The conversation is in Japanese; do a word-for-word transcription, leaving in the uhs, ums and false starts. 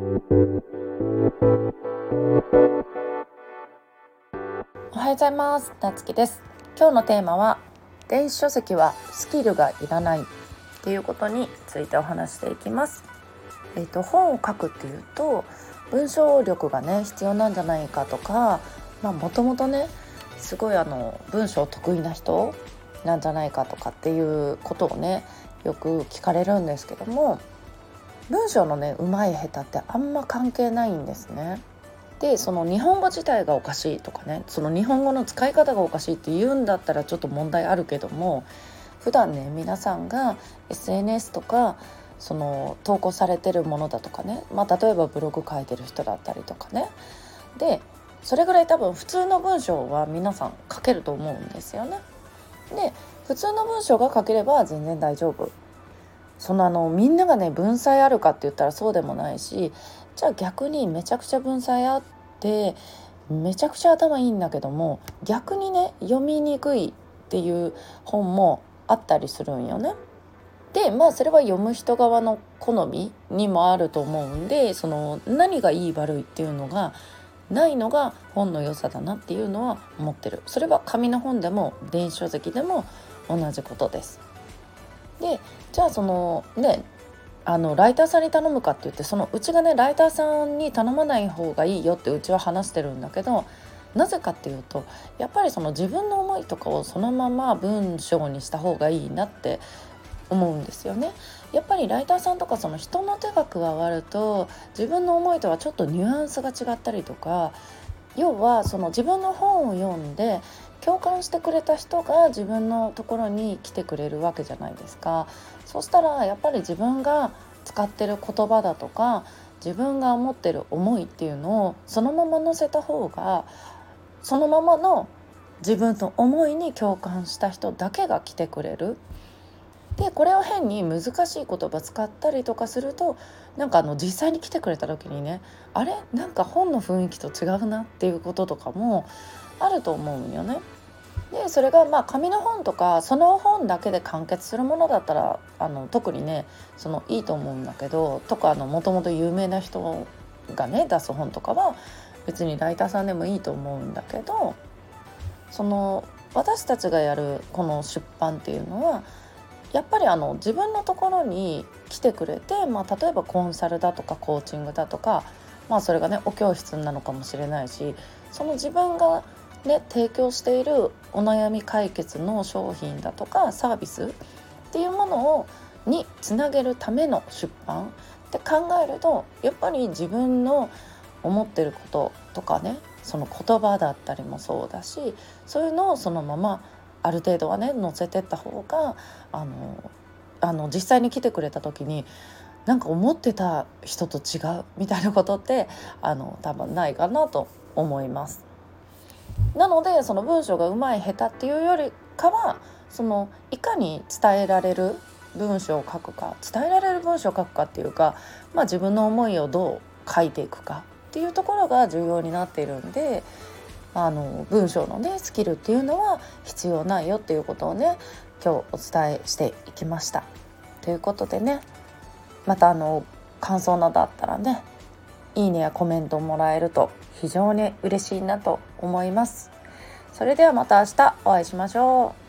おはようございます。なつきです。今日のテーマは電子書籍はスキルがいらないっていうことについてお話していきます。えーと、本を書くっていうと文章力がね必要なんじゃないかとか、まあもともとねすごいあの文章得意な人なんじゃないかとかっていうことをねよく聞かれるんですけども、文章のね上手い下手ってあんま関係ないんですね。でその日本語自体がおかしいとかね、その日本語の使い方がおかしいって言うんだったらちょっと問題あるけども、普段ね皆さんが エスエヌエス とかその投稿されてるものだとかね、まあ、例えばブログ書いてる人だったりとかね、でそれぐらい多分普通の文章は皆さん書けると思うんですよね。で普通の文章が書ければ全然大丈夫。そのあのみんながね文才あるかって言ったらそうでもないし、じゃあ逆にめちゃくちゃ文才あってめちゃくちゃ頭いいんだけども逆にね読みにくいっていう本もあったりするんよね。でまあそれは読む人側の好みにもあると思うんで、その何がいい悪いっていうのがないのが本の良さだなっていうのは思ってる。それは紙の本でも電子書籍でも同じことです。でじゃあそのねあのライターさんに頼むかって言って、そのうちがねライターさんに頼まない方がいいよってうちは話してるんだけど、なぜかっていうとやっぱりその自分の思いとかをそのまま文章にした方がいいなって思うんですよね。やっぱりライターさんとかその人の手が加わると自分の思いとはちょっとニュアンスが違ったりとか、要はその自分の本を読んで共感してくれた人が自分のところに来てくれるわけじゃないですか。そしたらやっぱり自分が使ってる言葉だとか自分が思ってる思いっていうのをそのまま載せた方が、そのままの自分の思いに共感した人だけが来てくれる。でこれを変に難しい言葉使ったりとかすると、なんかあの実際に来てくれた時にね、あれなんか本の雰囲気と違うなっていうこととかもあると思うんよね。でそれがまあ紙の本とかその本だけで完結するものだったらあの特にねそのいいと思うんだけど、とかあのもともと有名な人がね出す本とかは別にライターさんでもいいと思うんだけど、その私たちがやるこの出版っていうのはやっぱりあの自分のところに来てくれて、まあ、例えばコンサルだとかコーチングだとか、まあ、それがねお教室なのかもしれないし、その自分が、ね、提供しているお悩み解決の商品だとかサービスっていうものをにつなげるための出版って考えると、やっぱり自分の思ってることとかね、その言葉だったりもそうだし、そういうのをそのままある程度はね載せてった方があのあの実際に来てくれた時になんか思ってた人と違うみたいなことってあの多分ないかなと思います。なのでその文章が上手い下手っていうよりかは、そのいかに伝えられる文章を書くか、伝えられる文章を書くかっていうか、まあ、自分の思いをどう書いていくかっていうところが重要になっているんで、あの文章のねスキルっていうのは必要ないよっていうことをね今日お伝えしていきました。ということでね、またあの感想などあったらねいいねやコメントをもらえると非常に嬉しいなと思います。それではまた明日お会いしましょう。